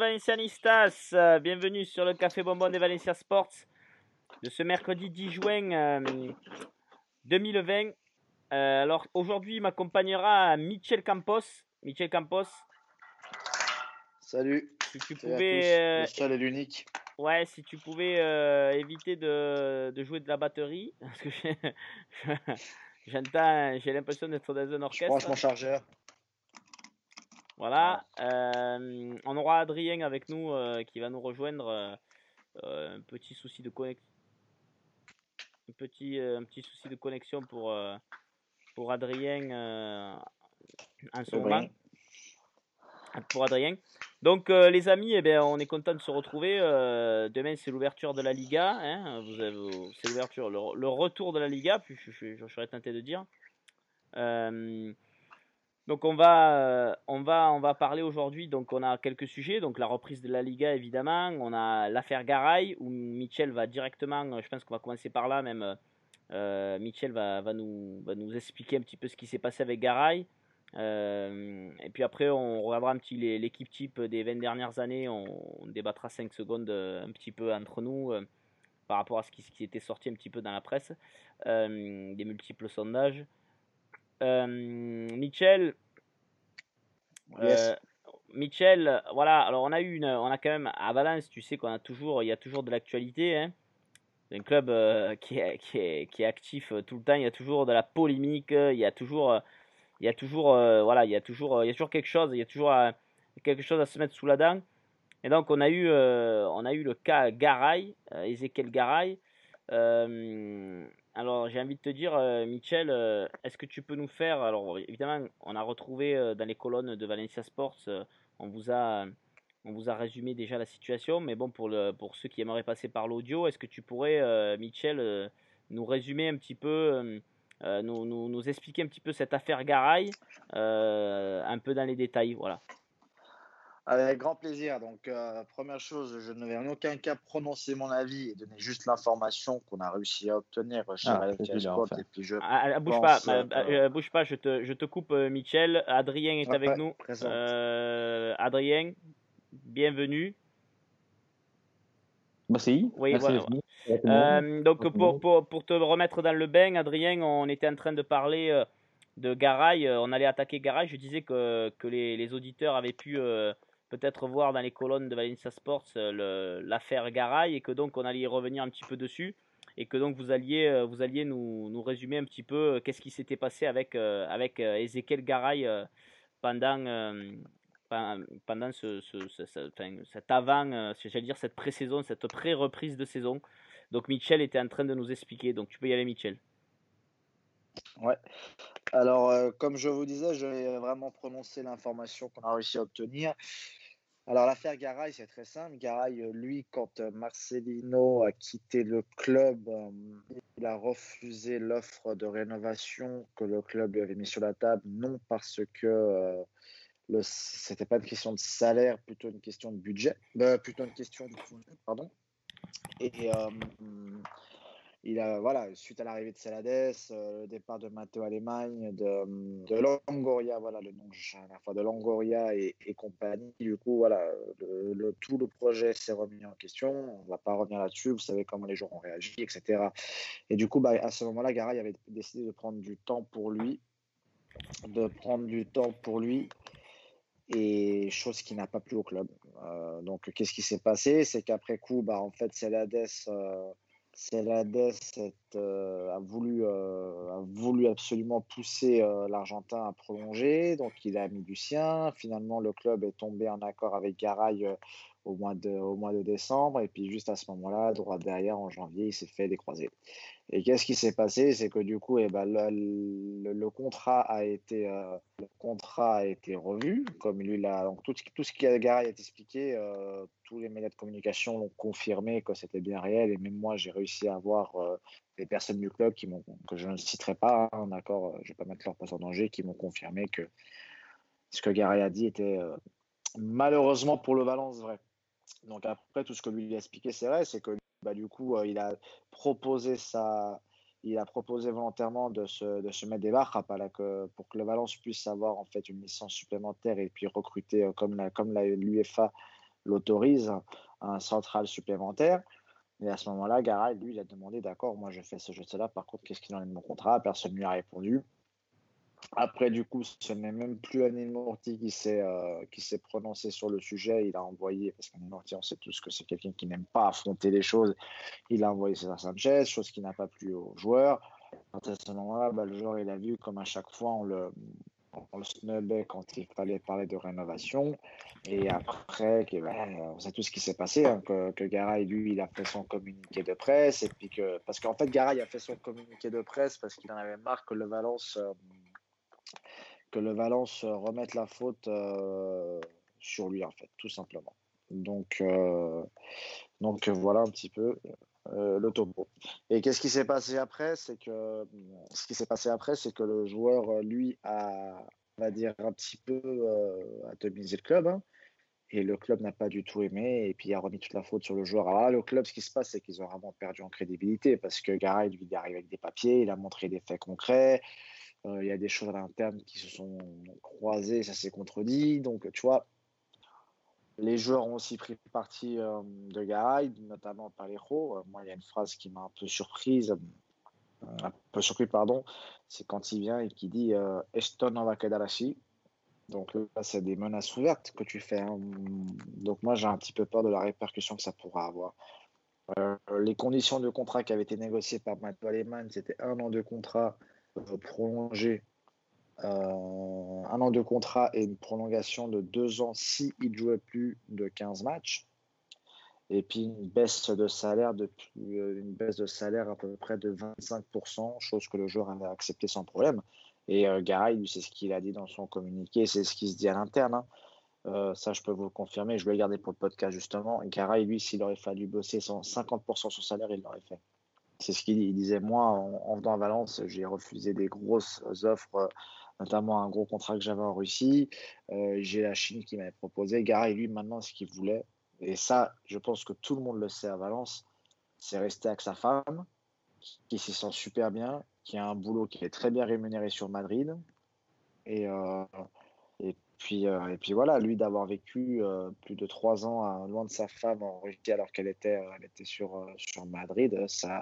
Valencianistas, bienvenue sur le Café Bonbon des Valencia Sports de ce mercredi 10 juin 2020. Alors aujourd'hui m'accompagnera Michel Campos. Michel Campos, Salut, si tu salut à tous, le pouvais, seul et l'unique. ouais, si tu pouvais éviter de jouer de la batterie, parce que j'entends, j'ai l'impression d'être dans un Je branche orchestre. mon chargeur. Voilà, on aura Adrien avec nous qui va nous rejoindre. Un petit souci de connexion. Un petit souci de connexion pour Adrien en ce moment. Oui. Pour Adrien. Donc les amis, eh bien, on est content de se retrouver. Demain c'est l'ouverture de la Liga. Hein, c'est l'ouverture, le retour de la Liga, puis je serais tenté de dire. Donc on va parler aujourd'hui. Donc on a quelques sujets. Donc la reprise de la Liga évidemment. On a l'affaire Garay où Michel va directement. Je pense qu'on va commencer par là même. Michel va nous expliquer un petit peu ce qui s'est passé avec Garay. Et puis après, on regardera un petit l'équipe type des 20 dernières années. On débattra 5 secondes un petit peu entre nous par rapport à ce qui était sorti un petit peu dans la presse, des multiples sondages. Michel, Yes. Michel, voilà. Alors on a quand même à Valence, tu sais il y a toujours de l'actualité. Hein. C'est un club qui est actif tout le temps. Il y a toujours de la polémique. Voilà, il y a toujours quelque chose. Il y a toujours quelque chose à se mettre sous la dent. Et donc on a eu le cas Garay, Ezekiel Garay. Alors j'ai envie de te dire, Michel, est-ce que tu peux nous faire, alors évidemment, on a retrouvé dans les colonnes de Valencia Sports, on vous a on vous a résumé déjà la situation, mais bon, pour ceux qui aimeraient passer par l'audio, est-ce que tu pourrais, Michel, nous résumer un petit peu, nous expliquer un petit peu cette affaire Garay, un peu dans les détails, voilà. Avec grand plaisir. Donc, première chose, je ne vais en aucun cas prononcer mon avis et donner juste l'information qu'on a réussi à obtenir chez Valencia celui-là, Sport. enfin. Et puis, je Bouge pas, pense. bouge pas, je te coupe, Michel. Adrien est avec Ouais, nous. présente. Adrien, bienvenue. Merci, Oui, merci voilà. les amis. Donc pour te remettre dans le bain, Adrien, on était en train de parler de Garay, on allait attaquer Garay. Je disais que les auditeurs avaient pu peut-être voir dans les colonnes de Valencia Sports l'affaire Garay et que donc on allait y revenir un petit peu dessus et que donc vous alliez nous résumer un petit peu qu'est-ce qui s'était passé avec Ezekiel Garay pendant pendant cet avant, j'allais dire cette pré-saison, cette pré-reprise de saison. Donc Michel était en train de nous expliquer. Donc tu peux y aller, Michel. Ouais. Alors, comme je vous disais, je vais vraiment prononcer l'information qu'on a réussi à obtenir. Alors, l'affaire Garay, c'est très simple. Garay, lui, quand Marcelino a quitté le club, il a refusé l'offre de rénovation que le club lui avait mis sur la table, non parce que c'était pas une question de salaire, plutôt une question de budget, plutôt une question de pardon. Et voilà, suite à l'arrivée de Celades, le départ de Matteo Alemany, de Longoria, voilà le nom que je cherche à la fois, de Longoria et compagnie, du coup, voilà, tout le projet s'est remis en question. On ne va pas revenir là-dessus, vous savez comment les gens ont réagi, etc. Et du coup, à ce moment-là, Garay avait décidé de prendre du temps pour lui, et chose qui n'a pas plu au club. Donc, qu'est-ce qui s'est passé? C'est qu'après coup, en fait, Celades a voulu absolument pousser l'Argentin à prolonger, donc il a mis du sien. Finalement, le club est tombé en accord avec Garay au mois de décembre, et puis juste à ce moment-là, droit derrière, en janvier, il s'est fait décroiser. Et qu'est-ce qui s'est passé? C'est que du coup, le contrat a été revu, comme lui l'a. Donc tout ce qui Garay a expliqué, tous les médias de communication l'ont confirmé que c'était bien réel. Et même moi, j'ai réussi à avoir des personnes du club que je ne citerai pas, hein, d'accord, je ne vais pas mettre leur poste en danger, qui m'ont confirmé que ce que Garay a dit était malheureusement pour le Valence vrai. Donc après, tout ce que lui a expliqué, c'est vrai, c'est que du coup, il a proposé volontairement de se mettre des barres pour que le Valence puisse avoir en fait une licence supplémentaire et puis recruter comme l'UEFA l'autorise à un central supplémentaire. Et à ce moment-là, Garay, lui, il a demandé: «D'accord, moi je fais ce geste-là, par contre, qu'est-ce qu'il en est de mon contrat?» Personne ne lui a répondu. Après, du coup, ce n'est même plus Anil Murti qui s'est prononcé sur le sujet. Il a envoyé, parce qu'Anil Murti, on sait tous que c'est quelqu'un qui n'aime pas affronter les choses, il a envoyé César Sanchez, chose qui n'a pas plu aux joueurs. À ce moment-là, bah, le joueur, il a vu comme à chaque fois, on le snubait quand il fallait parler de rénovation. Et après, on sait tout ce qui s'est passé, hein, que Garay, lui, il a fait son communiqué de presse. Et puis parce qu'en fait, Garay a fait son communiqué de presse parce qu'il en avait marre que le Valence remette la faute sur lui, en fait, tout simplement. Donc, voilà un petit peu le topo. Et qu'est-ce qui s'est passé après? Ce qui s'est passé après, c'est que le joueur, lui, on va dire, un petit peu atomisé le club, hein, et le club n'a pas du tout aimé, et puis il a remis toute la faute sur le joueur. Alors là, le club, ce qui se passe, c'est qu'ils ont vraiment perdu en crédibilité, parce que Garay, lui, il arrive avec des papiers, il a montré des faits concrets, il y a des choses à l'interne qui se sont croisées, ça s'est contredit, donc tu vois, les joueurs ont aussi pris parti de Garay, notamment Parejo. Moi, il y a une phrase qui m'a un peu surpris, pardon, c'est quand il vient et qu'il dit Esto no va quedar así. Donc là, c'est des menaces ouvertes que tu fais, hein. Donc moi, j'ai un petit peu peur de la répercussion que ça pourra avoir. Les conditions de contrat qui avaient été négociées par Matt Waleman, c'était 1 an de contrat prolongé, 1 an de contrat et une prolongation de 2 ans si il jouait plus de 15 matchs. Et puis une baisse de salaire à peu près de 25%, chose que le joueur avait accepté sans problème. Et Garay, lui, c'est ce qu'il a dit dans son communiqué, c'est ce qui se dit à l'interne, hein. Ça, je peux vous le confirmer. Je vais le garder pour le podcast, justement. Et Garay, lui, s'il aurait fallu bosser 50% son salaire, il l'aurait fait. C'est ce qu'il dit. Il disait: moi, en venant à Valence, j'ai refusé des grosses offres, notamment un gros contrat que j'avais en Russie. J'ai la Chine qui m'avait proposé. Garay, lui, maintenant, ce qu'il voulait, et ça, je pense que tout le monde le sait à Valence, c'est rester avec sa femme, qui s'y sent super bien, qui a un boulot qui est très bien rémunéré sur Madrid. Et, et puis voilà, lui, d'avoir vécu plus de 3 ans loin de sa femme en Russie alors qu'elle était sur Madrid,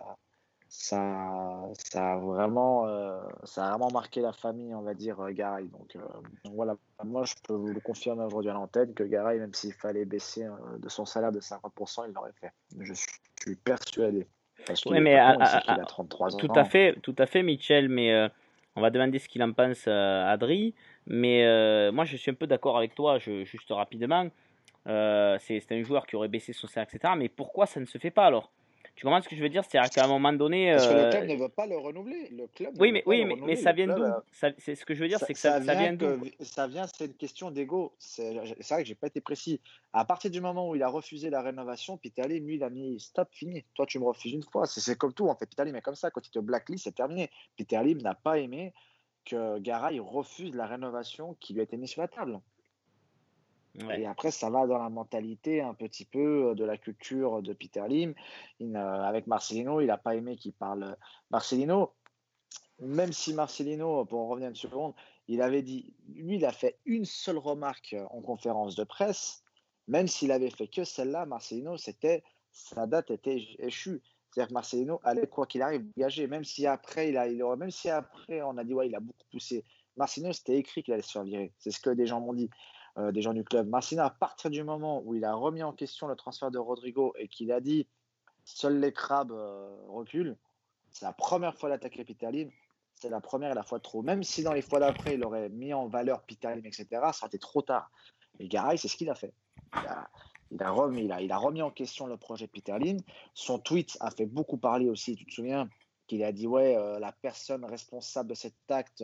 ça a vraiment marqué la famille, on va dire, Garay. Donc voilà, moi je peux vous le confirmer aujourd'hui à l'antenne que Garay, même s'il fallait baisser de son salaire de 50%, il l'aurait fait. Je suis persuadé. Parce qu'il Oui, n'est mais pas con, il sait qu'il a 33 ans. tout à fait, Michel, mais on va demander ce qu'il en pense à Adri. Mais moi, je suis un peu d'accord avec toi, juste rapidement. C'est un joueur qui aurait baissé son salaire, etc. Mais pourquoi ça ne se fait pas alors? Tu comprends ce que je veux dire? C'est-à-dire qu'à un moment donné, Parce que le club ne veut pas le renouveler. Le club ne oui, veut pas oui, le mais renouveler. ça Le vient club, d'où? C'est ce que je veux dire, ça, c'est que ça ça vient vient d'où? c'est une question d'ego. C'est vrai que j'ai pas été précis. À partir du moment où il a refusé la rénovation, Peter Lim, lui, il a mis stop, fini. Toi, tu me refuses une fois. C'est comme tout, en fait. Peter Lim est comme ça. Quand il te blacklist, c'est terminé. Peter Lim n'a pas aimé que Garay refuse la rénovation qui lui a été mise sur la table. Ouais. Et après, ça va dans la mentalité un petit peu de la culture de Peter Lim. Avec Marcelino, il n'a pas aimé qu'il parle. Marcelino, même si Marcelino, pour en revenir une seconde, il avait dit, lui, il a fait une seule remarque en conférence de presse, même s'il avait fait que celle-là, Marcelino, sa date était échue. C'est-à-dire que Marcelino allait, quoi qu'il arrive, dégager, même si après, même si après, on a dit, ouais, il a beaucoup poussé. Marcelino, c'était écrit qu'il allait se faire virer. C'est ce que des gens m'ont dit, des gens du club. Marcelino, à partir du moment où il a remis en question le transfert de Rodrigo et qu'il a dit, seuls les crabes reculent, c'est la première fois d'attaquer Peter Lim. C'est la première et la fois de trop. Même si dans les fois d'après, il aurait mis en valeur Peter Lim, etc., ça aurait été trop tard. Et Garay, c'est ce qu'il a fait. Il a remis en question le projet Peter Lim. Son tweet a fait beaucoup parler aussi, tu te souviens, qu'il a dit, ouais, la personne responsable de cet acte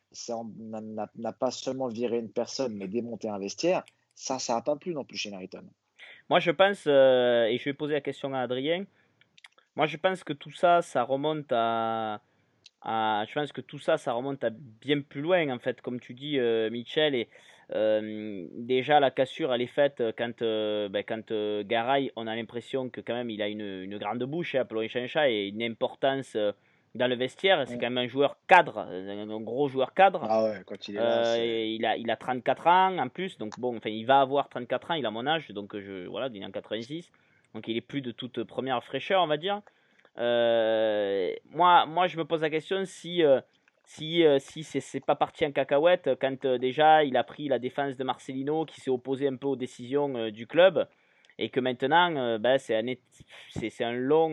n'a pas seulement viré une personne, mais démonté un vestiaire. Ça n'a pas plu non plus chez Nariton. Moi, je pense, et je vais poser la question à Adrien, moi, je pense que tout ça, ça remonte je pense que tout ça, ça remonte à bien plus loin, en fait, comme tu dis, Michel. Et déjà, la cassure, elle est faite quand Garay, on a l'impression que quand même, il a une grande bouche, hein, appelons chat, et une importance dans le vestiaire. C'est Mm. quand même un joueur cadre, un gros joueur cadre. Ah ouais, quand il est là, c'est. Il a 34 ans en plus, donc bon, enfin, il va avoir 34 ans, il a mon âge, donc voilà, il est en 86, donc il est plus de toute première fraîcheur, on va dire. Moi, je me pose la question si c'est pas parti en cacahuète quand déjà il a pris la défense de Marcelino qui s'est opposé un peu aux décisions du club et que maintenant ben, c'est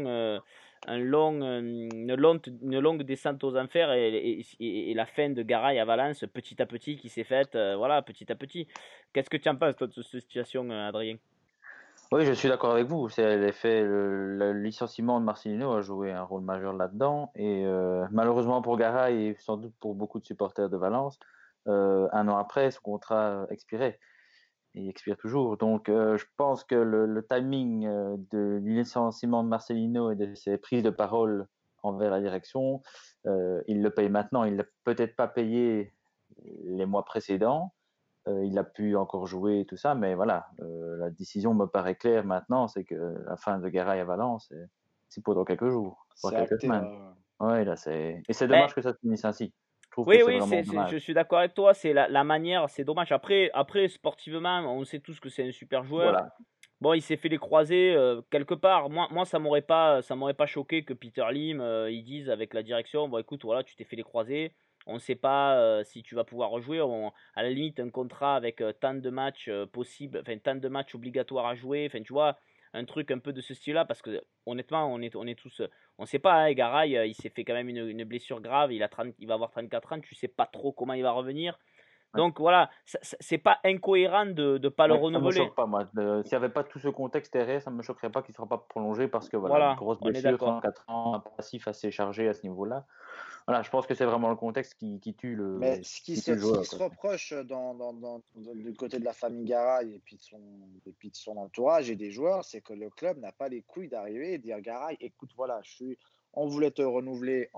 une longue descente aux enfers et la fin de Garay à Valence petit à petit qui s'est faite voilà petit à petit. Qu'est-ce que tu en penses toi de cette situation, Adrien? Oui, je suis d'accord avec vous. C'est l'effet, le licenciement de Marcelino a joué un rôle majeur là-dedans. Et malheureusement pour Garay et sans doute pour beaucoup de supporters de Valence, un an après, son contrat expirait. Et il expire toujours. Donc je pense que le timing du licenciement de Marcelino et de ses prises de parole envers la direction, il le paye maintenant. Il ne l'a peut-être pas payé les mois précédents. Il a pu encore jouer et tout ça, mais voilà, la décision me paraît claire maintenant, c'est que la fin de Garay à Valence, c'est pour dans quelques jours, pour C'est quelques acté. semaines. Ouais, là, et c'est Ben, dommage que ça se finisse ainsi. Je trouve que oui, c'est oui, vraiment je dommage. suis d'accord avec toi, c'est la manière, c'est dommage. Après, sportivement, on sait tous que c'est un super joueur. Voilà. Bon, il s'est fait les croisés quelque part. Moi, ça m'aurait pas choqué que Peter Lim, ils disent avec la direction, bon, écoute, voilà, tu t'es fait les croisés. On ne sait pas si tu vas pouvoir rejouer. À la limite, un contrat avec tant de matchs possibles, enfin, tant de matchs obligatoires à jouer. Enfin, tu vois, un truc un peu de ce style-là, parce que honnêtement, on est tous, on sait pas. Hein, Garay, il s'est fait quand même une blessure grave. Il va avoir 34 ans. Tu sais pas trop comment il va revenir. Ouais. Donc voilà, c'est pas incohérent de ne pas le Ouais, ça me renouveler. choque pas, moi. S'il n'y avait pas tout ce contexte derrière, ça me choquerait pas qu'il ne sera pas prolongé parce que voilà, une Voilà, grosse on est blessure, d'accord. 34 ans, un passif assez chargé à ce niveau-là. Voilà, je pense que c'est vraiment le contexte qui tue Mais le, ce qui joueur, se quoi. reproche du côté de la famille Garay et puis de son entourage et des joueurs, c'est que le club n'a pas les couilles d'arriver et de dire Garay, écoute, voilà, on voulait te renouveler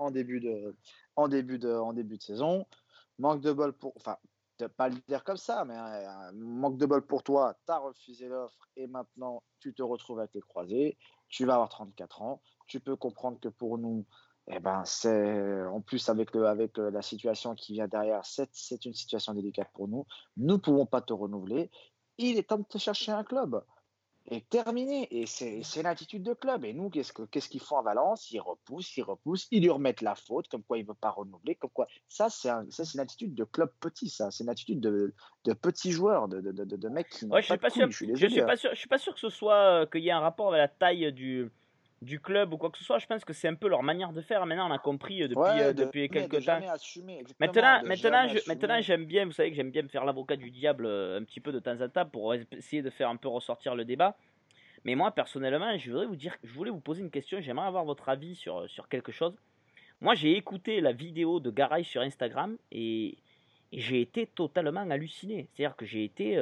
en début de saison. Manque de bol pour. Enfin, de pas le dire comme ça, mais manque de bol pour toi, tu as refusé l'offre et maintenant tu te retrouves avec les croisés. Tu vas avoir 34 ans. Tu peux comprendre que pour nous, eh ben, c'est en plus avec la situation qui vient derrière, c'est une situation délicate pour nous. Nous ne pouvons pas te renouveler. Il est temps de te chercher un club. Et terminé. Et c'est l'attitude de club. Et nous, qu'est-ce qu'ils font à Valence? Ils repoussent, ils lui remettent la faute, comme quoi il ne veut pas renouveler, comme quoi. C'est une attitude de club petit, ça. C'est une attitude de petits joueurs, de mecs qui n'ont Ouais, je pas suis de pas sûr. couilles. Je suis désolé. Hein. Je suis pas sûr que ce soit qu'il y ait un rapport avec la taille du club ou quoi que ce soit. Je pense que c'est un peu leur manière de faire. Maintenant, on a compris Ouais, depuis de quelques temps. jamais assumer, exactement, de jamais Maintenant, assumer. j'aime bien. Vous savez que j'aime bien me faire l'avocat du diable un petit peu de temps en temps pour essayer de faire un peu ressortir le débat. Mais moi, personnellement, je voulais vous poser une question. J'aimerais avoir votre avis sur quelque chose. Moi, j'ai écouté la vidéo de Garay sur Instagram et j'ai été totalement halluciné. C'est-à-dire que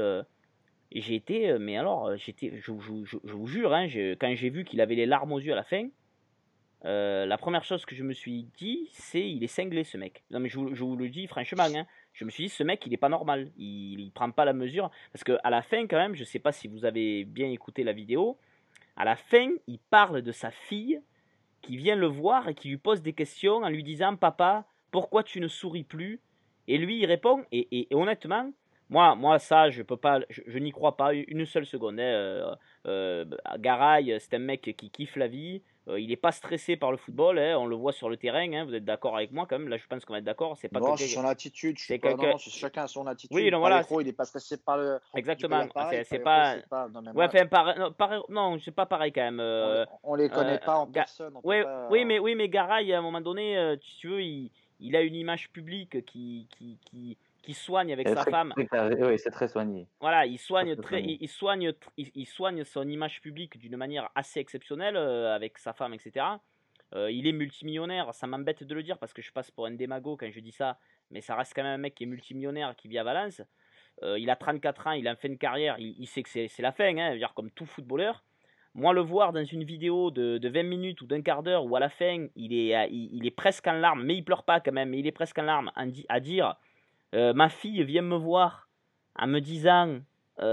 mais alors, je vous jure, hein, quand j'ai vu qu'il avait les larmes aux yeux à la fin, la première chose que je me suis dit, c'est il est cinglé ce mec. Non mais je vous le dis franchement, hein, je me suis dit ce mec il est pas normal, il prend pas la mesure parce que à la fin quand même, je sais pas si vous avez bien écouté la vidéo, à la fin il parle de sa fille qui vient le voir et qui lui pose des questions en lui disant papa pourquoi tu ne souris plus et lui il répond et honnêtement moi ça je peux pas je n'y crois pas une seule seconde hein. Garay c'est un mec qui kiffe la vie, il n'est pas stressé par le football hein. On le voit sur le terrain hein. Vous êtes d'accord avec moi quand même là je pense qu'on va être d'accord, c'est pas Non, c'est quelqu'un son attitude. Je suis c'est pas. Non, quelqu'un non, chacun a son oui attitude. non Par les voilà pros, il est pas stressé par le. Tu peux exactement dire pareil. Par c'est les pros, pas c'est pas. Non, mais ouais moi, enfin non c'est pas pareil quand même on les connaît pas en Ga- personne. On peut ouais, pas. oui, mais Garay, à un moment donné, si tu veux, il a une image publique qui soigne avec Et sa femme. oui, c'est très soigné. Voilà, Très soigné. il soigne son image publique d'une manière assez exceptionnelle avec sa femme, etc. Il est multimillionnaire, ça m'embête de le dire parce que je passe pour un démago quand je dis ça, mais ça reste quand même un mec qui est multimillionnaire, qui vit à Valence. Il a 34 ans, il a en fin de carrière, il sait que c'est la fin, hein, dire comme tout footballeur. Moi, le voir dans une vidéo de 20 minutes ou d'un quart d'heure où à la fin, il est presque en larmes, mais il pleure pas quand même, mais il est presque en larmes à dire ma fille vient me voir en me disant,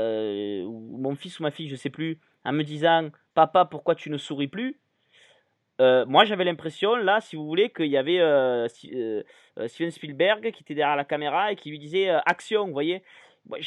ou mon fils ou ma fille, je sais plus, en me disant papa, pourquoi tu ne souris plus? moi j'avais l'impression là, si vous voulez, qu'il y avait Steven Spielberg qui était derrière la caméra et qui lui disait action, vous voyez. Moi,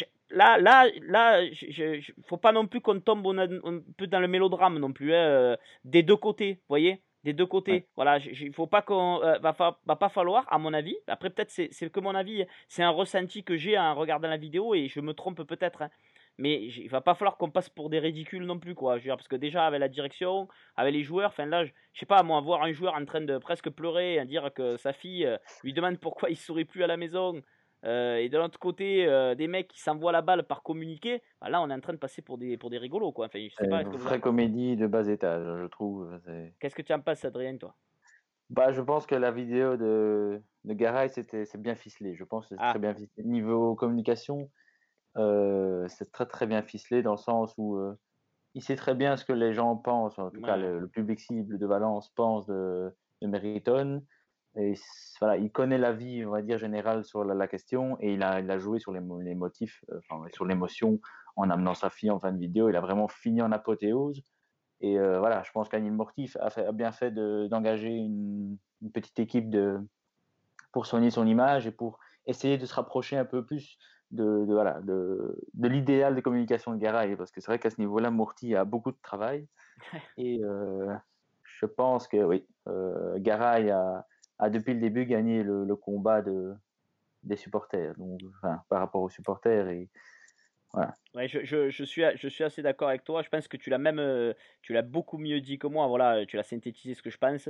faut pas non plus qu'on tombe un peu dans le mélodrame non plus, hein, des deux côtés, vous voyez, des deux côtés. Ouais. Voilà, il faut pas qu'on va pas falloir, à mon avis. Après peut-être c'est que mon avis, c'est un ressenti que j'ai en regardant la vidéo et je me trompe peut-être, hein. Mais il va pas falloir qu'on passe pour des ridicules non plus, quoi. Je veux dire, parce que déjà avec la direction, avec les joueurs, enfin là, je sais pas, moi, voir un joueur en train de presque pleurer, à dire que sa fille lui demande pourquoi il sourit plus à la maison, et de l'autre côté, des mecs qui s'envoient la balle par communiqué, bah là, on est en train de passer pour des rigolos, quoi. Enfin, je sais C'est pas, une vraie comédie de bas étage, je trouve. qu'est-ce que tu en penses, Adrien, toi? Bah, je pense que la vidéo de Garay, c'est bien ficelé. Je pense que c'est Ah, très bien ficelé. Niveau communication, c'est très très bien ficelé dans le sens où il sait très bien ce que les gens pensent, en tout cas ouais, le public cible de Valence pense de Meriton. Et voilà, il connaît l'avis, on va dire, général sur la question et il a joué sur les motifs, enfin, sur l'émotion en amenant sa fille en fin de vidéo. Il a vraiment fini en apothéose. Et voilà, je pense qu'Anil Mortif a bien fait d'engager une petite équipe pour soigner son image et pour essayer de se rapprocher un peu plus voilà, de l'idéal de communication de Garay. Parce que c'est vrai qu'à ce niveau-là, Morty a beaucoup de travail. Et je pense que oui, Garay a depuis le début gagné le combat des supporters, donc, enfin, par rapport aux supporters. Et voilà. ouais, je suis assez d'accord avec toi. Je pense que tu l'as beaucoup mieux dit que moi. Voilà, tu l'as synthétisé ce que je pense.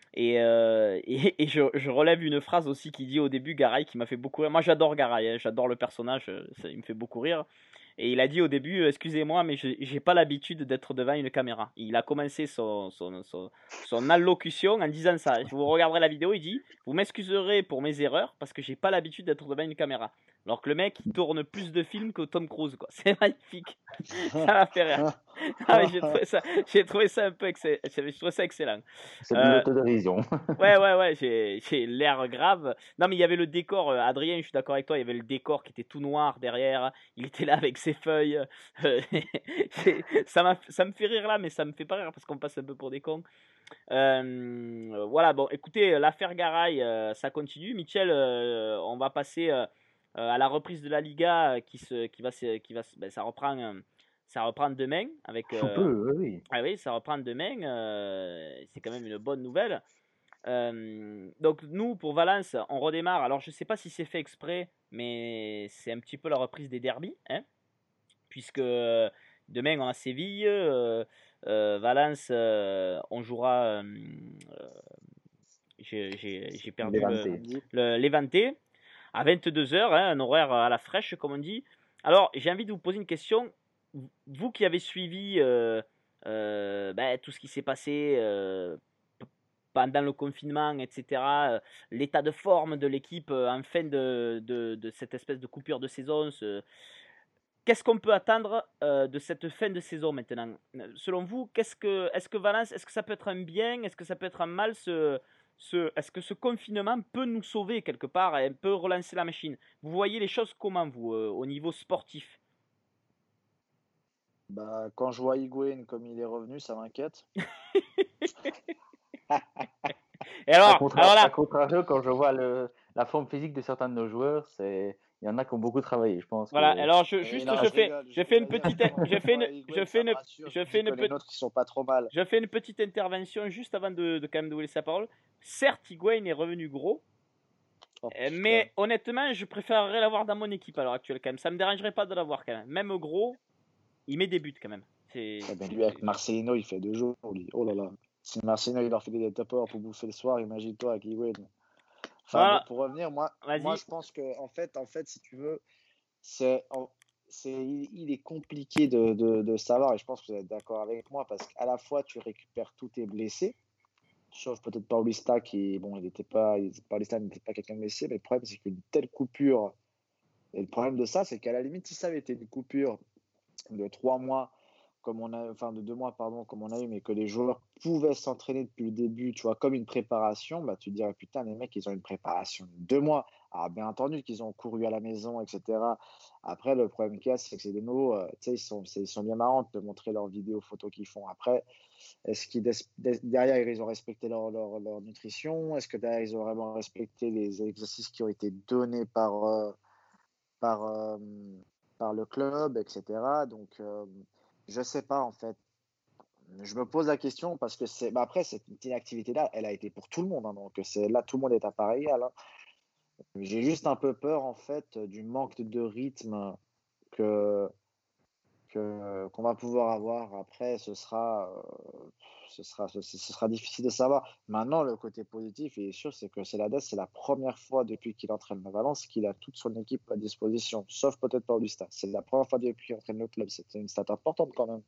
Et je relève une phrase aussi qui dit au début Garay qui m'a fait beaucoup rire. Moi, j'adore Garay, hein, j'adore le personnage, il me fait beaucoup rire. Et il a dit au début, excusez-moi, mais j'ai pas l'habitude d'être devant une caméra. Il a commencé son allocution en disant ça. Vous regarderez la vidéo, il dit, vous m'excuserez pour mes erreurs parce que j'ai pas l'habitude d'être devant une caméra. Alors que le mec, il tourne plus de films que Tom Cruise, quoi. C'est magnifique. Ça m'a fait rire. Ah, mais j'ai trouvé ça un peu j'ai trouvé ça excellent. C'est de Euh, l'autodérision. ouais, j'ai l'air grave. Non, mais il y avait le décor, Adrien, je suis d'accord avec toi, il y avait le décor qui était tout noir derrière. Il était là avec ses feuilles. Euh, ça me fait rire là, mais ça me fait pas rire parce qu'on passe un peu pour des cons. Voilà, bon, écoutez, l'affaire Garay, ça continue. Michel, on va passer à la reprise de la Liga ben, ça reprend demain avec. Sous peu, oui. Ah oui, ça reprend demain. C'est quand même une bonne nouvelle. Donc nous, pour Valence, on redémarre. Alors je sais pas si c'est fait exprès, mais c'est un petit peu la reprise des derbies, hein, puisque demain on a Séville, Valence, on jouera. J'ai perdu Levante. l'Éventé à 22h, hein, un horaire à la fraîche, comme on dit. Alors, j'ai envie de vous poser une question. Vous qui avez suivi ben, tout ce qui s'est passé pendant le confinement, etc., l'état de forme de l'équipe en fin de cette espèce de coupure de saison, qu'est-ce qu'on peut attendre de cette fin de saison maintenant? Selon vous, est-ce que Valence, est-ce que ça peut être un bien, est-ce que ça peut être un mal, est-ce que ce confinement peut nous sauver quelque part et peut relancer la machine? Vous voyez les choses comment, vous, au niveau sportif? Bah, quand je vois Higuaín comme il est revenu, ça m'inquiète. Et alors À là, contrario, quand je vois la forme physique de certains de nos joueurs, il y en a qui ont beaucoup travaillé. Je pense voilà, que alors Et non, je rigole, je fais une rigole, petite, évidemment. je fais Moi, une, Higuaín, ça me rassure. Je me dis que les nôtres, ils sont pas trop mal. je fais une petite intervention juste avant de quand même de vous laisser la parole. Certes, Higuain est revenu gros, Oh, mais honnêtement, je préférerais l'avoir dans mon équipe à l'heure actuelle quand même. Ça me dérangerait pas de l'avoir quand même. Même gros, il met des buts quand même. Ah ben, lui, avec Marcelino, il fait 2 jours, lui. Oh là là. Si Marcelino, il leur fait des top pour bouffer le soir, imagine-toi avec Higuaín. Enfin bon, Voilà, pour revenir, moi vas-y. je pense que en fait, si tu veux, c'est, il est compliqué de savoir, et je pense que vous êtes d'accord avec moi, parce qu'à la fois, tu récupères tous tes blessés, sauf peut-être Paulista qui, bon, Paulista n'était pas quelqu'un de blessé, mais le problème, c'est qu'une telle coupure, et le problème de ça, c'est qu'à la limite, si ça avait été une coupure de 3 mois, de 2 mois, pardon, comme on a eu, mais que les joueurs pouvaient s'entraîner depuis le début, tu vois, comme une préparation, bah, tu te dirais, putain, les mecs, ils ont une préparation de 2 mois. Alors, bien entendu qu'ils ont couru à la maison, etc. Après, le problème qu'il y a, c'est que c'est des mots, tu sais, ils sont bien marrants de te montrer leurs vidéos, photos qu'ils font. Après, est-ce qu'ils, derrière, ils ont respecté leur nutrition? Est-ce que derrière, ils ont vraiment respecté les exercices qui ont été donnés par, euh, par le club, etc. Donc, je sais pas, en fait. Je me pose la question parce que après, cette inactivité-là, elle a été pour tout le monde, hein, donc là, tout le monde est à pareil égal, hein. J'ai juste un peu peur, en fait, du manque de rythme que, qu'on va pouvoir avoir. Après, ce sera difficile de savoir. Maintenant, le côté positif, il est sûr, c'est que Celades, c'est la première fois depuis qu'il entraîne la Valence qu'il a toute son équipe à disposition, sauf peut-être Paulista. C'est la première fois depuis qu'il entraîne le club. C'est une stat importante quand même.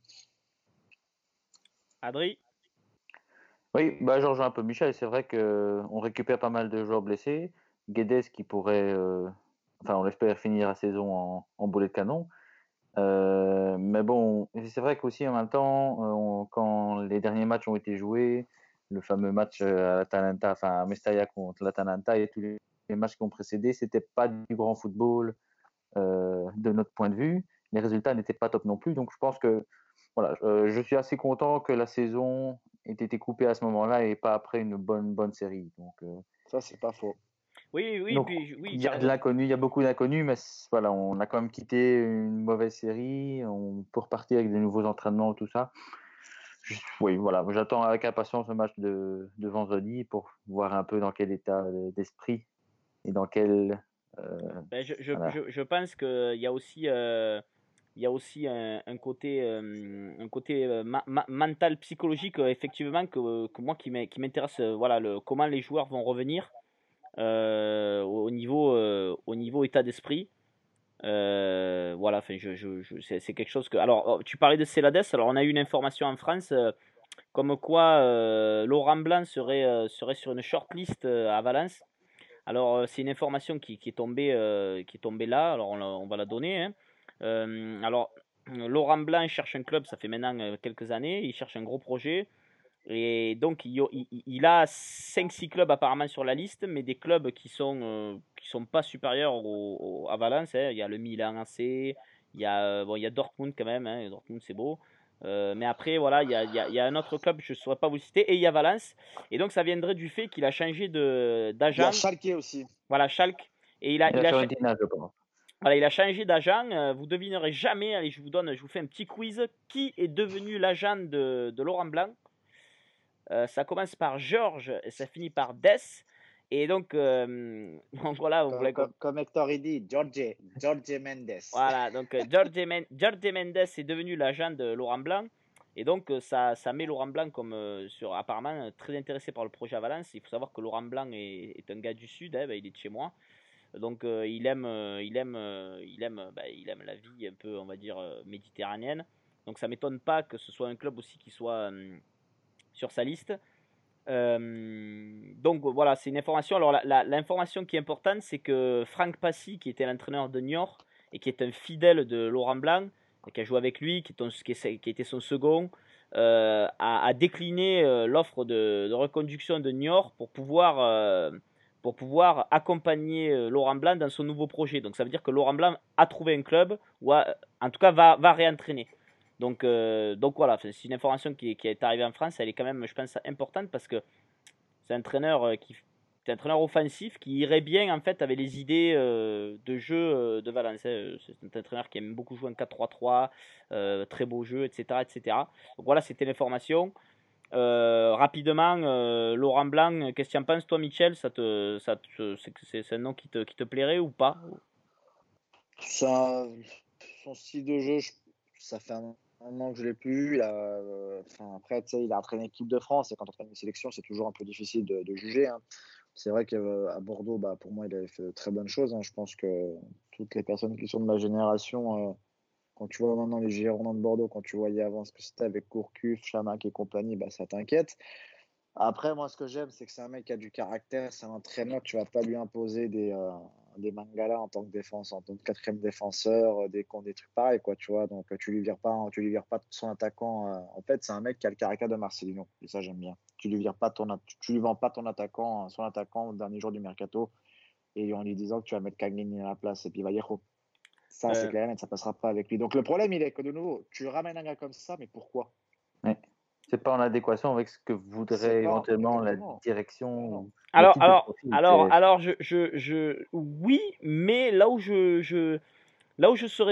Adri? Oui, bah, je rejoins un peu Michel. C'est vrai qu'on récupère pas mal de joueurs blessés. Guedes qui pourrait, enfin, on l'espère finir la saison en boulet de canon. Mais bon, c'est vrai qu'aussi en même temps, quand les derniers matchs ont été joués, le fameux match à l'Atalanta, enfin à Mestalla contre l'Atalanta et tous les matchs qui ont précédé, c'était pas du grand football de notre point de vue. Les résultats n'étaient pas top non plus. Donc je pense que voilà, je suis assez content que la saison ait été coupée à ce moment-là et pas après une bonne série. Ça, c'est pas faux. Oui, Donc puis oui, il y tu as a de raison. l'inconnu, il y a beaucoup d'inconnus, mais voilà, on a quand même quitté une mauvaise série. On peut repartir avec des nouveaux entraînements, tout ça. Oui, voilà, j'attends avec impatience le match de vendredi pour voir un peu dans quel état d'esprit et dans quel Ben, voilà. je pense qu'il y a aussi, il y a aussi un côté, mental, psychologique, effectivement, que moi qui m'intéresse, voilà, comment les joueurs vont revenir au niveau état d'esprit. Voilà, enfin, c'est quelque chose que. Alors, tu parlais de Celades, alors on a eu une information en France comme quoi Laurent Blanc serait sur une shortlist à Valence. Alors, c'est une information qui est tombée là, alors on va la donner, hein. Alors, Laurent Blanc cherche un club, ça fait maintenant quelques années, il cherche un gros projet. Et donc, il a 5-6 clubs apparemment sur la liste, mais des clubs qui sont pas supérieurs à Valence, hein. Il y a le Milan AC, bon, il y a Dortmund quand même, hein. Dortmund, c'est beau. Mais après, voilà, il y a un autre club, je ne saurais pas vous citer, et il y a Valence. Et donc, ça viendrait du fait qu'il a changé Il y a d'agent. Schalke aussi. Voilà, Schalke. Et Et la Fiorentina, je pense. voilà, il a changé d'agent. Vous devinerez jamais. Allez, je vous fais un petit quiz. Qui est devenu l'agent de Laurent Blanc? Ça commence par Georges et ça finit par Des. Et donc, donc voilà, vous voulez Comme Hector il dit, Jorge Mendes. voilà, donc Jorge Mendes est devenu l'agent de Laurent Blanc. Et donc, ça met Laurent Blanc comme, apparemment, très intéressé par le projet à Valence. Il faut savoir que Laurent Blanc est un gars du Sud, hein, il est de chez moi. Donc, il aime la vie un peu, on va dire, méditerranéenne. Donc, ça m'étonne pas que ce soit un club aussi qui soit sur sa liste. Donc voilà, c'est une information. Alors l'information qui est importante, c'est que Franck Passy, qui était l'entraîneur de Niort et qui est un fidèle de Laurent Blanc, et qui a joué avec lui, qui était son second, a décliné l'offre de reconduction de Niort pour pouvoir accompagner Laurent Blanc dans son nouveau projet. Donc ça veut dire que Laurent Blanc a trouvé un club, ou en tout cas va réentraîner. Donc voilà, c'est une information qui est arrivée en France, elle est quand même, je pense, importante parce que c'est un entraîneur c'est un entraîneur offensif qui irait bien en fait avec les idées de jeu de Valence. C'est un entraîneur qui aime beaucoup jouer en 4-3-3, très beau jeu, etc., etc. Donc voilà, c'était l'information. Rapidement, Laurent Blanc, qu'est-ce que tu en penses, toi, Michel? C'est un nom qui te plairait ou pas? Son style de jeu, ça fait un moment que je l'ai plus. Après, tu sais, il a entraîné l'équipe de France et quand on entraîne une sélection, c'est toujours un peu difficile de juger, hein. C'est vrai qu'à Bordeaux, bah, pour moi, il avait fait de très bonnes choses, hein. Je pense que toutes les personnes qui sont de ma génération, quand tu vois maintenant les Girondins de Bordeaux, quand tu voyais avant ce que c'était avec Gourcuff, Chamac et compagnie, bah, ça t'inquiète. Après, moi, ce que j'aime, c'est que c'est un mec qui a du caractère, c'est un entraîneur, tu vas pas lui imposer des Mangala en tant que défenseur, en tant que quatrième défenseur, des trucs pareils, quoi, tu vois. Donc, tu lui vires pas son attaquant. En fait, c'est un mec qui a le caractère de Marcelino. Et ça, j'aime bien. Tu lui vires pas tu lui vends pas son attaquant au dernier jour du mercato et en lui disant que tu vas mettre Cagnini à la place et puis Vallejo. Ça, c'est Euh, clair et net, ça passera pas avec lui. Donc, le problème, il est que de nouveau, tu ramènes un gars comme ça, mais pourquoi? Ouais. C'est pas en adéquation avec ce que C'est voudrait pas éventuellement la exactement. direction Non. ou le Alors, type de alors, profil. alors, alors, oui, mais là où je serais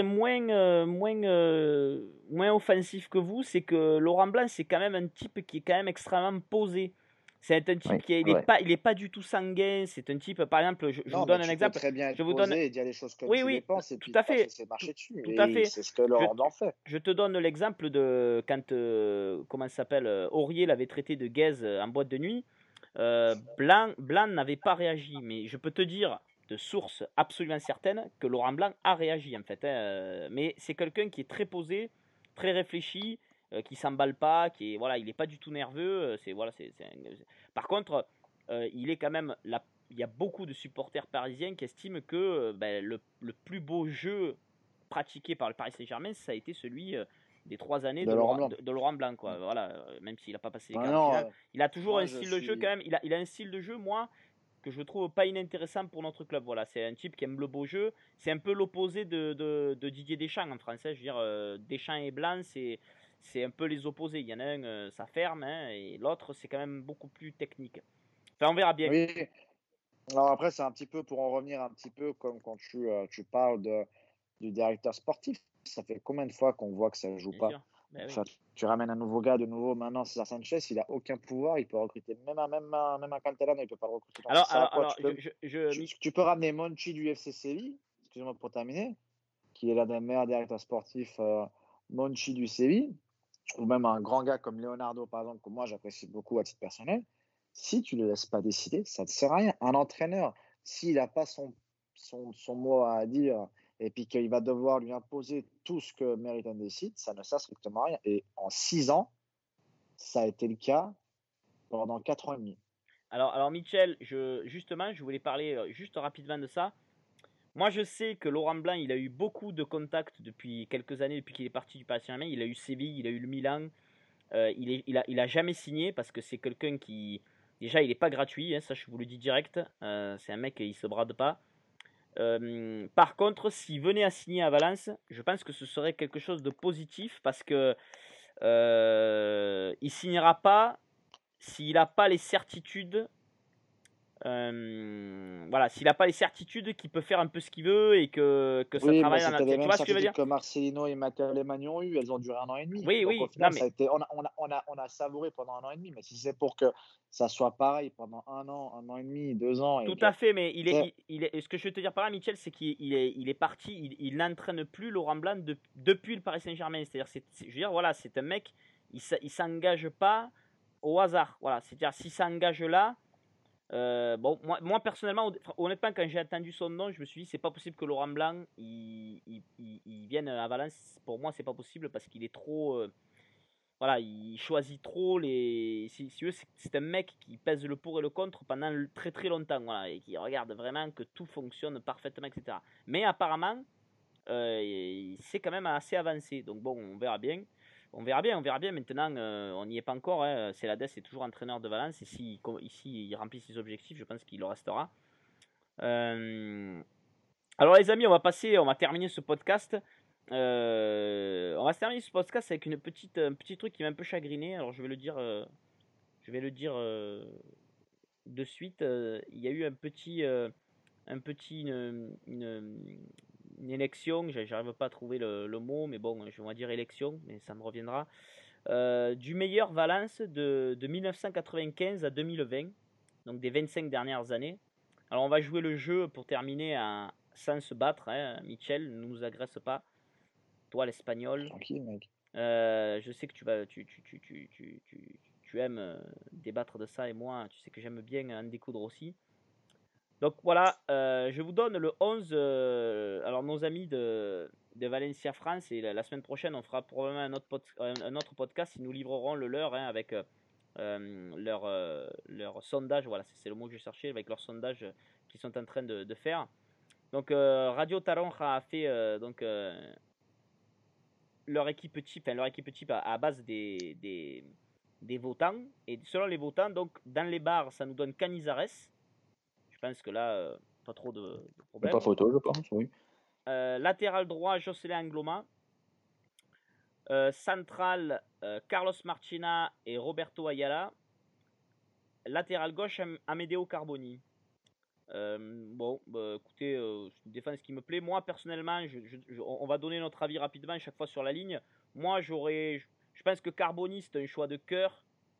moins offensif que vous, c'est que Laurent Blanc, c'est quand même un type qui est quand même extrêmement posé. C'est un Oui, type qui c'est vrai. il est pas du tout sanguin. C'est un type, par exemple, je vous Non, mais donne un tu peux exemple. très bien Je être vous donne, posé et dire les choses comme oui, tu les oui, penses et tout puis à pas se fait, laisser marcher dessus. tout à Et fait. c'est ce que Je, Laurent Blanc fait. je te donne l'exemple de quand, comment ça s'appelle, Aurier l'avait traité de gaze en boîte de nuit. Blanc n'avait pas réagi, mais je peux te dire de source absolument certaine que Laurent Blanc a réagi en fait. Mais c'est quelqu'un qui est très posé, très réfléchi, qui s'emballe pas, qui est voilà, il est pas du tout nerveux. Par contre, il est quand même il y a beaucoup de supporters parisiens qui estiment que le plus beau jeu pratiqué par le Paris Saint-Germain, ça a été celui des 3 années De Laurent Blanc. de Laurent Blanc, quoi. Mm. Voilà, même s'il n'a pas passé les Non, quarts de non, finale, il a toujours moi un je style de jeu quand suis. même. Il a un style de jeu, moi, que je trouve pas inintéressant pour notre club. Voilà, c'est un type qui aime le beau jeu. C'est un peu l'opposé de Didier Deschamps en français. Je veux dire, Deschamps et Blanc, c'est un peu les opposés. Il y en a un, ça ferme, hein, et l'autre, c'est quand même beaucoup plus technique. Enfin, on verra bien. Oui. Alors après, c'est un petit peu pour en revenir un petit peu comme quand tu parles du directeur sportif. Ça fait combien de fois qu'on voit que ça ne joue Bien pas? sûr. Ben oui. Enfin, tu ramènes un nouveau gars de nouveau maintenant, César Sanchez, il a aucun pouvoir, il peut recruter même un Cantelano, il peut pas le recruter. Donc ça sert à quoi? Alors, Tu peux ramener Monchi du FC Séville, excusez-moi pour terminer, qui est l'un des meilleurs directeurs sportifs, Monchi du Séville, ou même un grand gars comme Leonardo, par exemple, que moi j'apprécie beaucoup à titre personnel. Si tu ne le laisses pas décider, ça ne sert à rien. Un entraîneur, s'il n'a pas son mot à dire et puis qu'il va devoir lui imposer tout ce que Meriton décide, ça ne sert strictement à rien. Et en 6 ans, ça a été le cas pendant 4 ans et demi. alors Michel, justement, je voulais parler juste rapidement de ça. Moi, je sais que Laurent Blanc, il a eu beaucoup de contacts depuis quelques années, depuis qu'il est parti du Paris Saint-Germain. Il a eu Séville, il a eu le Milan. Il a jamais signé parce que c'est quelqu'un qui, déjà, il n'est pas gratuit. Hein, ça, je vous le dis direct. C'est un mec, il se brade pas. Par contre, s'il venait à signer à Valence, je pense que ce serait quelque chose de positif parce que il signera pas s'il n'a pas les certitudes. Voilà, s'il n'a pas les certitudes qu'il peut faire un peu ce qu'il veut et que ça Oui, mais travaille dans la... c'était les Tu mêmes vois ce que je veux certitudes dire? que Marcelino et Matteo Alemany ont eu. Elles ont duré 1 an et demi. Oui, Donc au oui, non final, ça mais a été, on a savouré pendant 1 an et demi. Mais si c'est pour que ça soit pareil pendant 1 an et demi, 2 ans, et tout que, à fait, mais tu sais, ce que je veux te dire par là, Michel, c'est qu'il est parti, il n'entraîne plus Laurent Blanc depuis le Paris Saint-Germain. C'est-à-dire, je veux dire, voilà, c'est un mec, il s'engage pas au hasard. Voilà, c'est-à-dire, s'il s'engage là, bon, moi personnellement, honnêtement, quand j'ai entendu son nom, je me suis dit, c'est pas possible que Laurent Blanc il vienne à Valence. Pour moi, c'est pas possible parce qu'il est trop. Voilà, il choisit trop les. Si tu veux, c'est un mec qui pèse le pour et le contre pendant très très longtemps, voilà, et qui regarde vraiment que tout fonctionne parfaitement, etc. Mais apparemment, c'est quand même assez avancé. Donc bon, on verra bien. On verra bien, on verra bien. Maintenant, on n'y est pas encore. Hein. Célades est toujours entraîneur de Valence. Et si ici il remplit ses objectifs, je pense qu'il le restera. Alors les amis, on va terminer ce podcast. On va se terminer ce podcast avec un petit truc qui m'a un peu chagriné. Alors je vais le dire de suite. Il y a eu une élection. J'arrive pas à trouver le mot, mais bon, je vais dire élection, mais ça me reviendra. Du meilleur Valence de 1995 à 2020, donc des 25 dernières années. Alors on va jouer le jeu pour terminer sans se battre. Hein. Michel, ne nous agresse pas. Toi, l'Espagnol, tranquille, mec. je sais que tu aimes débattre de ça et moi, tu sais que j'aime bien en découdre aussi. Donc voilà, je vous donne le 11. Alors nos amis de Valencia France, et la semaine prochaine, on fera probablement un autre podcast. Ils nous livreront le leur hein, avec leur sondage. Voilà, c'est le mot que je cherchais, avec leur sondage qu'ils sont en train de faire. Donc Radio Taronja a fait leur équipe type, à base des votants. Et selon les votants, donc dans les bars, ça nous donne Canizares. Je pense que là, pas trop de problème. Pas photo, je pense, oui. Latéral droit, Jocelyn Angloma. Central, Carlos Marchena et Roberto Ayala. Latéral gauche, Amedeo Carboni. Écoutez, c'est une défense qui me plaît. Moi, personnellement, on va donner notre avis rapidement chaque fois sur la ligne. Moi, je pense que Carboni, c'est un choix de cœur.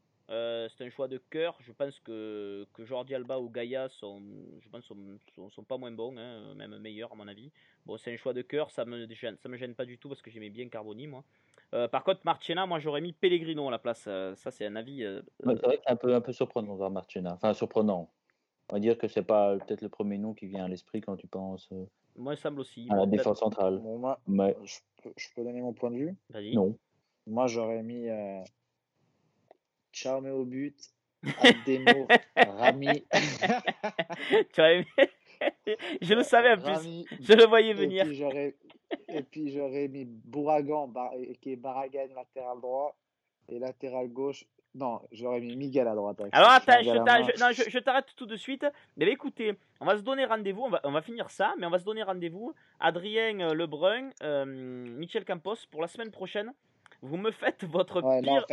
Je pense que Jordi Alba ou Gaïa sont pas moins bons, hein, même meilleurs à mon avis. Bon, c'est un choix de cœur, ça me gêne pas du tout parce que j'aimais bien Carboni, moi. Par contre, Marchena, moi j'aurais mis Pellegrino à la place. Ça, c'est un avis. C'est vrai que c'est un peu surprenant de voir Marchena. Enfin, surprenant. On va dire que c'est pas peut-être le premier nom qui vient à l'esprit quand tu penses moi, il semble aussi. à la défense centrale. Bon, moi, Mais je peux donner mon point de vue. Vas-y. non. Moi, j'aurais mis Charmé au but, Abdemo, Rami. Tu as aimé Je le savais en plus. Rami, Je le voyais venir. Et puis j'aurais mis Bouragan, qui est Barragan latéral droit, et latéral gauche. Non, j'aurais mis Miguel à droite. Alors attends, je t'arrête tout de suite. Mais écoutez, on va se donner rendez-vous, on va finir ça, mais on va se donner rendez-vous. Adrien Lebrun, Michel Campos, pour la semaine prochaine. Vous me faites votre pire.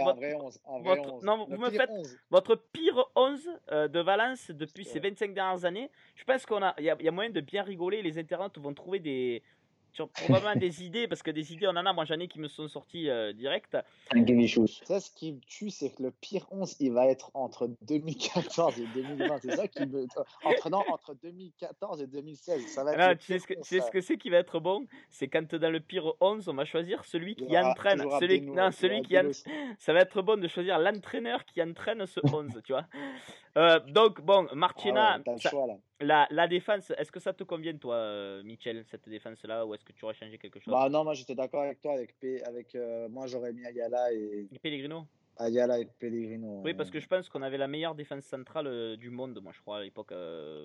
Votre pire 11 de Valence depuis ces 25 dernières années. Je pense qu'il y a moyen de bien rigoler. Les internautes vont trouver probablement des idées, parce que des idées on en a, moi j'en ai qui me sont sorties direct. Ça, ce qui me tue, c'est que le pire 11 il va être entre 2014 et 2020. C'est ça qui me. Entre 2014 et 2016. Ça va être non, tu sais ce que c'est qui va être bon, c'est quand dans le pire 11 on va choisir celui qui entraîne. Ça va être bon de choisir l'entraîneur qui entraîne ce 11, tu vois. Donc bon, Marchena, la défense, est-ce que ça te convient toi, Michel, cette défense là, ou est-ce que tu aurais changé quelque chose? Bah non, moi j'étais d'accord avec toi, moi j'aurais mis Ayala et Pellegrino. Ayala et Pellegrino. Oui, parce que je pense qu'on avait la meilleure défense centrale du monde, moi je crois à l'époque.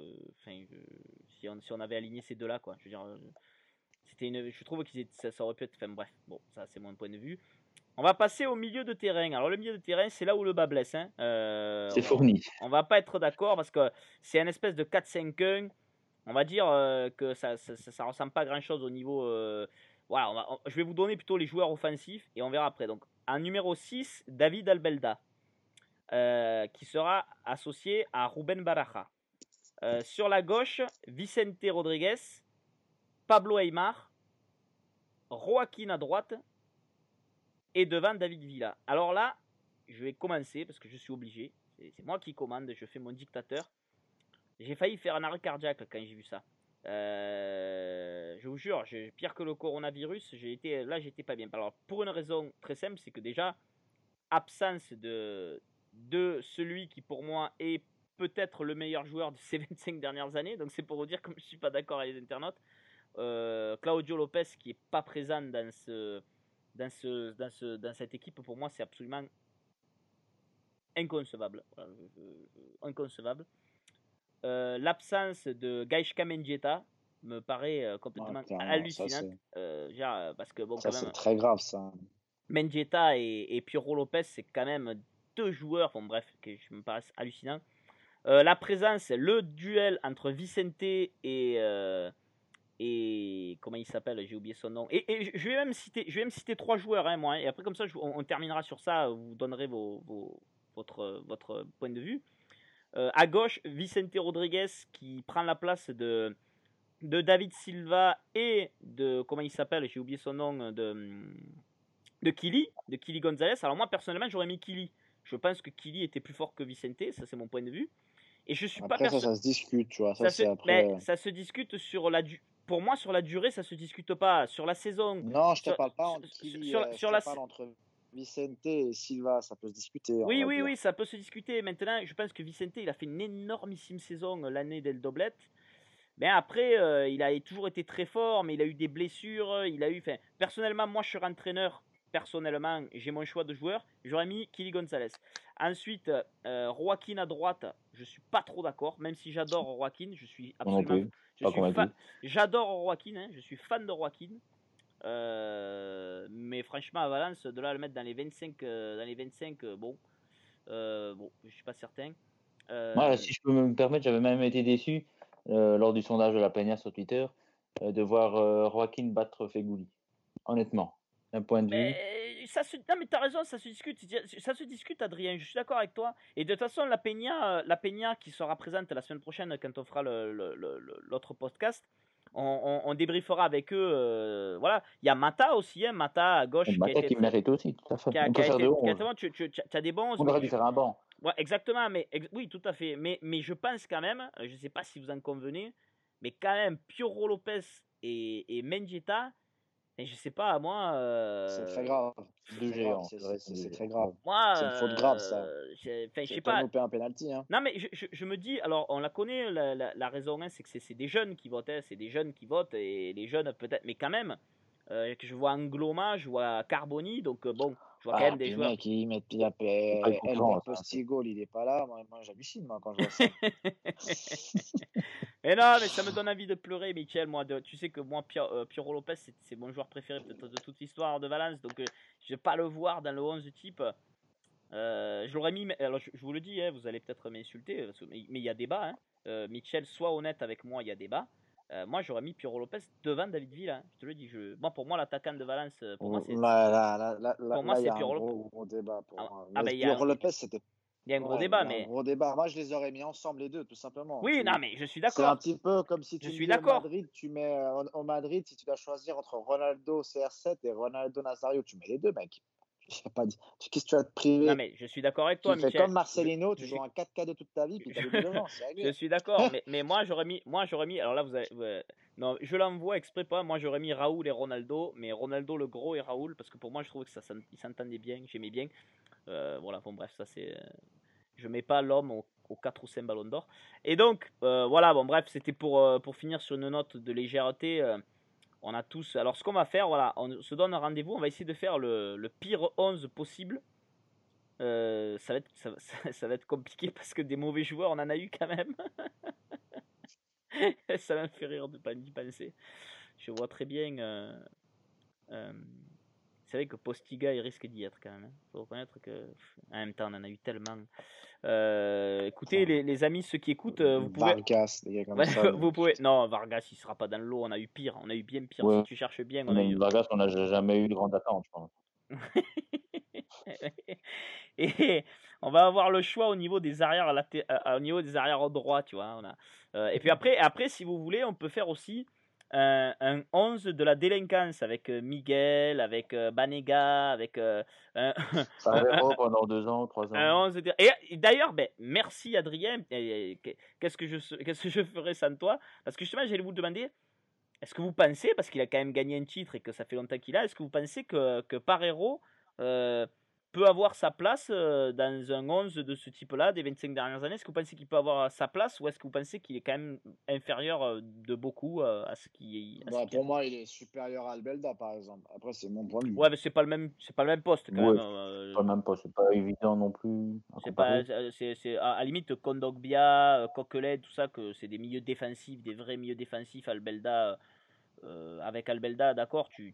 Si on avait aligné ces deux là, quoi. Je veux dire, je trouve que ça aurait pu être. Enfin bref, bon, ça c'est mon point de vue. On va passer au milieu de terrain. Alors le milieu de terrain, c'est là où le bas blesse. Hein. C'est fourni. On va pas être d'accord parce que c'est un espèce de 4-5-1. On va dire que ça ressemble pas à grand chose au niveau. Voilà, je vais vous donner plutôt les joueurs offensifs et on verra après. Donc en numéro 6, David Albelda, qui sera associé à Ruben Baraja. Sur la gauche, Vicente Rodriguez, Pablo Aimar, Joaquin à droite. Et devant David Villa. Alors là, je vais commencer parce que je suis obligé. C'est moi qui commande, je fais mon dictateur. J'ai failli faire un arrêt cardiaque quand j'ai vu ça. Je vous jure, pire que le coronavirus, j'étais pas bien. Alors pour une raison très simple, c'est que déjà, absence de celui qui pour moi est peut-être le meilleur joueur de ces 25 dernières années. Donc c'est pour vous dire comme je suis pas d'accord avec les internautes. Claudio Lopez qui est pas présent dans cette équipe, pour moi, c'est absolument inconcevable. Inconcevable. L'absence de Gaishka Mendieta me paraît complètement hallucinante. Parce que bon, ça, quand même, c'est très grave, ça. Mendieta et Piero Lopez, c'est quand même deux joueurs, bon bref, qui me paraissent hallucinants. La présence, le duel entre Vicente et comment il s'appelle, j'ai oublié son nom, et je vais même citer 3 joueurs, hein, moi, hein, et après comme ça on terminera sur ça, vous donnerez votre point de vue. À gauche, Vicente Rodriguez qui prend la place de David Silva et de, comment il s'appelle, j'ai oublié son nom, de Kili Gonzalez. Alors moi personnellement j'aurais mis Kili, je pense que Kili était plus fort que Vicente, ça c'est mon point de vue. Et je suis après, pas ça se discute, tu vois. Ça se discute sur pour moi, sur la durée, ça se discute pas. Sur la saison. Non, je te parle pas entre Vicente et Silva, ça peut se discuter. Oui, ça peut se discuter. Maintenant, je pense que Vicente, il a fait une énormissime saison l'année del Doblet. Mais après, il a toujours été très fort, mais il a eu des blessures. Personnellement, moi, je serais entraîneur. personnellement, j'ai mon choix de joueur, j'aurais mis Kili Gonzalez. Ensuite, Joaquin à droite, je suis pas trop d'accord, même si j'adore Joaquin, je suis absolument, j'adore Joaquin, hein, je suis fan de Joaquin. Mais franchement, à Valence, de là à le mettre dans les 25, bon, je suis pas certain. Ouais, si je peux me permettre, j'avais même été déçu lors du sondage de la Peña sur Twitter de voir Joaquin battre Feghouli. Honnêtement, d'un point de vue. Non, mais t'as raison, ça se discute, Adrien. Je suis d'accord avec toi. Et de toute façon, la Peña qui sera présente la semaine prochaine quand on fera l'autre podcast, on débriefera avec eux. Voilà, il y a Mata aussi, hein, Mata à gauche. Mata qui mérite aussi, tout à fait. On peut faire de 11. Tu as des bons. On aurait dû faire un banc. Ouais, exactement. Oui, tout à fait. Mais je pense quand même, je sais pas si vous en convenez, mais quand même, Piero Lopez et Mendieta. Et je sais pas, moi. C'est très grave. C'est très grave. Moi, c'est une faute grave, ça. Je sais pas. Loupé un penalty. Hein. Non, mais je me dis, alors on la connaît, la raison, hein, c'est que c'est des jeunes qui votent. Hein, c'est des jeunes qui votent, et les jeunes peut-être, mais quand même, que je vois Angloma, je vois Carboni, donc bon, je vois quand même des joueurs. Mec, il met El Postigo, il est pas là. Moi j'hallucine quand je vois ça. Mais non, mais ça me donne envie de pleurer, Michel. Tu sais que moi, Piero Lopez, c'est mon joueur préféré peut-être de toute l'histoire de Valence. Donc, je vais pas le voir dans le 11 type. Je l'aurais mis. Alors, je vous le dis, hein, vous allez peut-être m'insulter, mais il y a débat. Hein. Michel, sois honnête avec moi, il y a débat. Moi, j'aurais mis Piero Lopez devant David Villa. Hein, je te le dis. Pour moi, l'attaquant de Valence, pour moi, c'est. Pour moi, c'est Piero Lopez. Gros débat pour moi. Piero Lopez, c'était. Il y a un gros débat, mais. Un gros débat. Moi, je les aurais mis ensemble les deux, tout simplement. Oui, non, mais je suis d'accord. C'est un petit peu comme si tu dis au Madrid, tu mets au Madrid, si tu dois choisir entre Ronaldo CR7 et Ronaldo Nazario, tu mets les deux, mec. Je sais pas dit. Qu'est-ce que tu vas te priver? Non, mais je suis d'accord avec toi, Michel. Tu fais comme Marcelino, tu joues un 4K de toute ta vie, puis tu as devant. Je suis d'accord, mais moi, j'aurais mis. Alors là, non, je l'envoie exprès pas. Moi, j'aurais mis Raoul et Ronaldo, mais Ronaldo le gros et Raoul, parce que pour moi, je trouvais que ils s'entendaient bien, j'aimais bien. Voilà, bon, bref, ça c'est. Je mets pas l'homme aux 4 ou 5 ballons d'or. Et donc, voilà, bon, bref, c'était pour finir sur une note de légèreté. On a tous. Alors, ce qu'on va faire, voilà, on se donne un rendez-vous. On va essayer de faire le pire 11 possible. Ça va être compliqué parce que des mauvais joueurs, on en a eu quand même. Ça m'a fait rire de pas y penser. Je vois très bien. C'est vrai que Postiga, il risque d'y être quand même. Faut reconnaître que, en même temps, on en a eu tellement. Écoutez, les amis, ceux qui écoutent, vous pouvez. Vargas, des gars comme ça. Vous pouvez. Non, Vargas, il sera pas dans le lot. On a eu pire. On a eu bien pire. Ouais. Si tu cherches bien, on a eu. Vargas, on n'a jamais eu de grande attente, je pense. Et on va avoir le choix au niveau des arrières droits, tu vois. Et puis après, si vous voulez, on peut faire aussi un 11 de la délinquance avec Miguel, avec Banega, avec Parero pendant 2 ans, 3 ans. Un 11 et d'ailleurs, merci Adrien. Qu'est-ce que je ferais sans toi? Parce que justement, j'allais vous demander, est-ce que vous pensez, parce qu'il a quand même gagné un titre et que ça fait longtemps qu'il a, est-ce que vous pensez que Parero peut avoir sa place dans un 11 de ce type-là des 25 dernières années? Est-ce que vous pensez qu'il peut avoir sa place, ou est-ce que vous pensez qu'il est quand même inférieur de beaucoup à ce qui pour moi, il est supérieur à Albelda, par exemple. Après, c'est mon point de vue. Ouais, mais c'est pas le même poste quand même. C'est pas le même poste, c'est pas évident non plus. C'est à la limite Kondogbia, Coquelin, tout ça, que c'est des milieux défensifs, des vrais milieux défensifs. Albelda, avec Albelda, d'accord, tu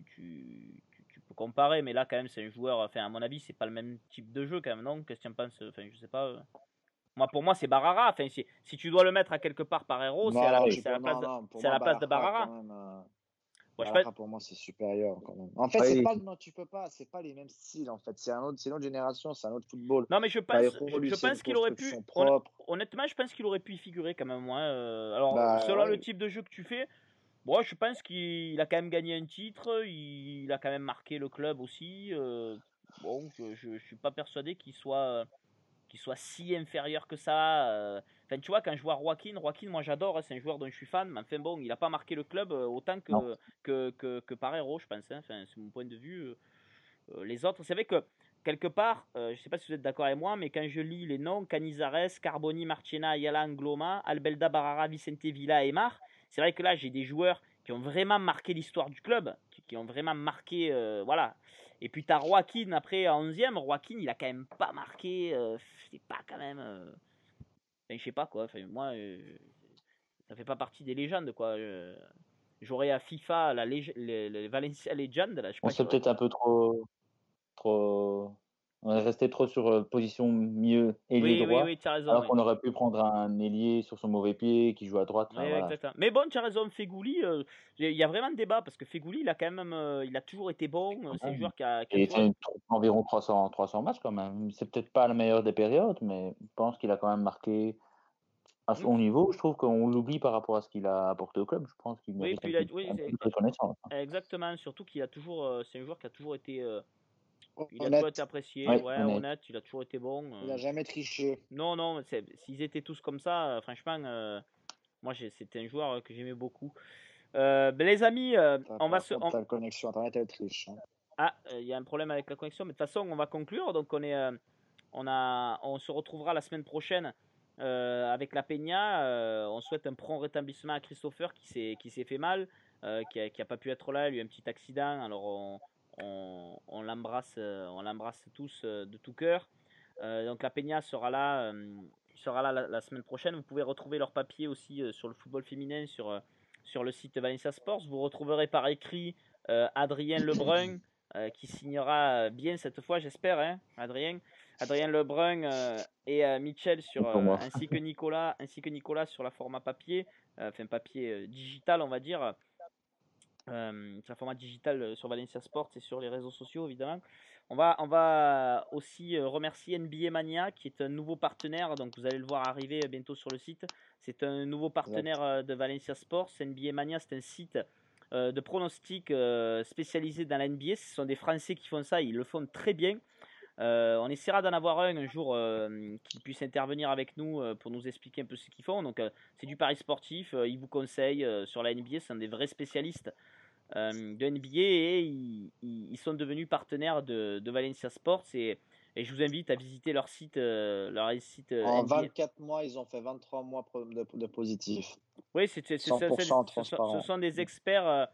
peux comparer, mais là quand même c'est un joueur, enfin à mon avis c'est pas le même type de jeu quand même, non? Qu'est-ce que tu en penses? Enfin je sais pas. Pour moi c'est Barara. Enfin si tu dois le mettre à quelque part par héros, c'est à la place de Barara. Barara, pour moi c'est supérieur quand même. En fait tu peux pas, c'est pas les mêmes styles en fait. C'est une autre génération, c'est un autre football. Non mais je pense qu'il aurait pu. Honnêtement, je pense qu'il aurait pu y figurer quand même. Alors selon le type de jeu que tu fais. Bon, je pense qu'il a quand même gagné un titre, il a quand même marqué le club aussi. Je suis pas persuadé qu'il soit si inférieur que ça. Enfin, tu vois, quand je vois Joaquin, moi j'adore, c'est un joueur dont je suis fan, mais enfin bon, il a pas marqué le club autant que Parero, je pense. Hein. Enfin, c'est mon point de vue. Les autres, c'est vrai que quelque part, je sais pas si vous êtes d'accord avec moi, mais quand je lis les noms, Canizares, Carboni, Marchena, Ayala, Angloma, Albelda, Barara, Vicente Villa et Mar. C'est vrai que là, j'ai des joueurs qui ont vraiment marqué l'histoire du club, qui ont vraiment marqué, voilà. Et puis tu as Joaquin après en 11e. Joaquin, il a quand même pas marqué. C'est pas quand même. Enfin, je sais pas quoi. Enfin, moi, ça fait pas partie des légendes quoi. J'aurais à FIFA les Valencia Legend. Là, je sais On pas, s'est peut-être un peu trop. On est resté trop sur position milieu ailier droit, oui, tu as raison. alors Oui. qu'on aurait pu prendre un ailier sur son mauvais pied qui joue à droite. Enfin, Oui, voilà. exactement. Mais bon, tu as raison, Fegouli, il y a vraiment de débat parce que Fegouli, il a quand même, il a toujours été bon. C'est un joueur qui a Et il toujours. fait environ 300 matchs quand même. C'est peut-être pas la meilleure des périodes, mais je pense qu'il a quand même marqué à son niveau. Je trouve qu'on l'oublie par rapport à ce qu'il a apporté au club. Je pense qu'il Oui, mérite puis un peu de reconnaissance. exactement. Surtout qu'il a toujours, c'est un joueur qui a toujours été, il a toujours Honnête. été apprécié, Oui, ouais, honnête. Il a toujours été bon. Il n'a jamais triché. Non, s'ils étaient tous comme ça, franchement, moi, c'était un joueur que j'aimais beaucoup. Ben, les amis, on va se. Ta connexion internet, elle triche. Hein. Ah, il y a un problème avec la connexion, mais de toute façon, on va conclure. Donc, on se retrouvera la semaine prochaine avec la Peña. On souhaite un prompt rétablissement à Christopher qui s'est fait mal, qui a pas pu être là. Il a eu un petit accident. Alors, on l'embrasse tous de tout cœur. Donc, la Peña sera là la semaine prochaine. Vous pouvez retrouver leurs papiers aussi sur le football féminin sur le site Valencia Sports. Vous retrouverez par écrit Adrien Lebrun qui signera bien cette fois, j'espère, hein, Adrien Lebrun et Michel ainsi que Nicolas sur la format papier, enfin papier digital, on va dire. Sur la format digital sur Valencia Sports et sur les réseaux sociaux évidemment. On va aussi remercier NBA Mania qui est un nouveau partenaire, donc vous allez le voir arriver bientôt sur le site. C'est un nouveau partenaire de Valencia Sports. NBA Mania, c'est un site de pronostics spécialisé dans la NBA. Ce sont des Français qui font ça, ils le font très bien. On essaiera d'en avoir un jour qui puisse intervenir avec nous pour nous expliquer un peu ce qu'ils font. Donc c'est du pari sportif, ils vous conseillent sur la NBA, ce sont des vrais spécialistes de NBA et ils sont devenus partenaires de Valencia Sports et je vous invite à visiter leur site. En NBA. 24 mois, ils ont fait 23 mois de positif. Oui, 100% transparent. Ce sont des experts.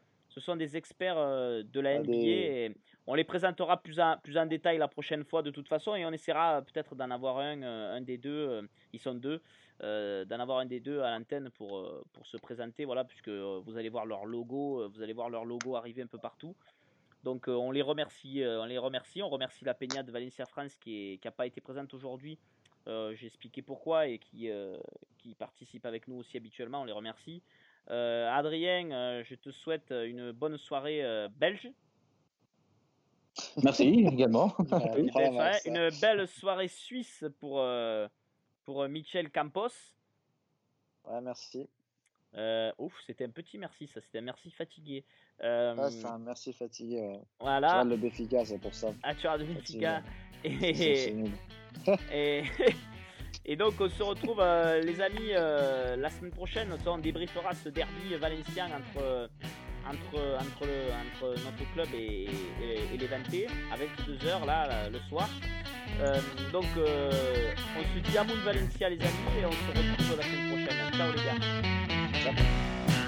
De la NBA et on les présentera plus en détail la prochaine fois de toute façon et on essaiera peut-être d'en avoir un des deux, ils sont deux, d'en avoir un des deux à l'antenne pour se présenter, voilà, puisque vous allez voir leur logo, arriver un peu partout. Donc on les remercie, on remercie la Peña de Valencia France qui n'a pas été présente aujourd'hui. J'ai expliqué pourquoi et qui participe avec nous aussi habituellement, on les remercie. Adrien, je te souhaite une bonne soirée belge. Merci également. Une belle soirée suisse pour Michel Campos. Ouais, merci. C'était un petit merci, ça. C'était un merci fatigué. C'est un merci fatigué. Ouais. Voilà. Tu as le Benfica, c'est pour ça. Ah, tu as le Benfica. Et donc on se retrouve les amis la semaine prochaine. On débriefera ce derby valencien entre notre club et les Vantés avec 2h là le soir. Donc on se dit à Moun Valencia les amis et on se retrouve la semaine prochaine. Ciao les gars. Ciao.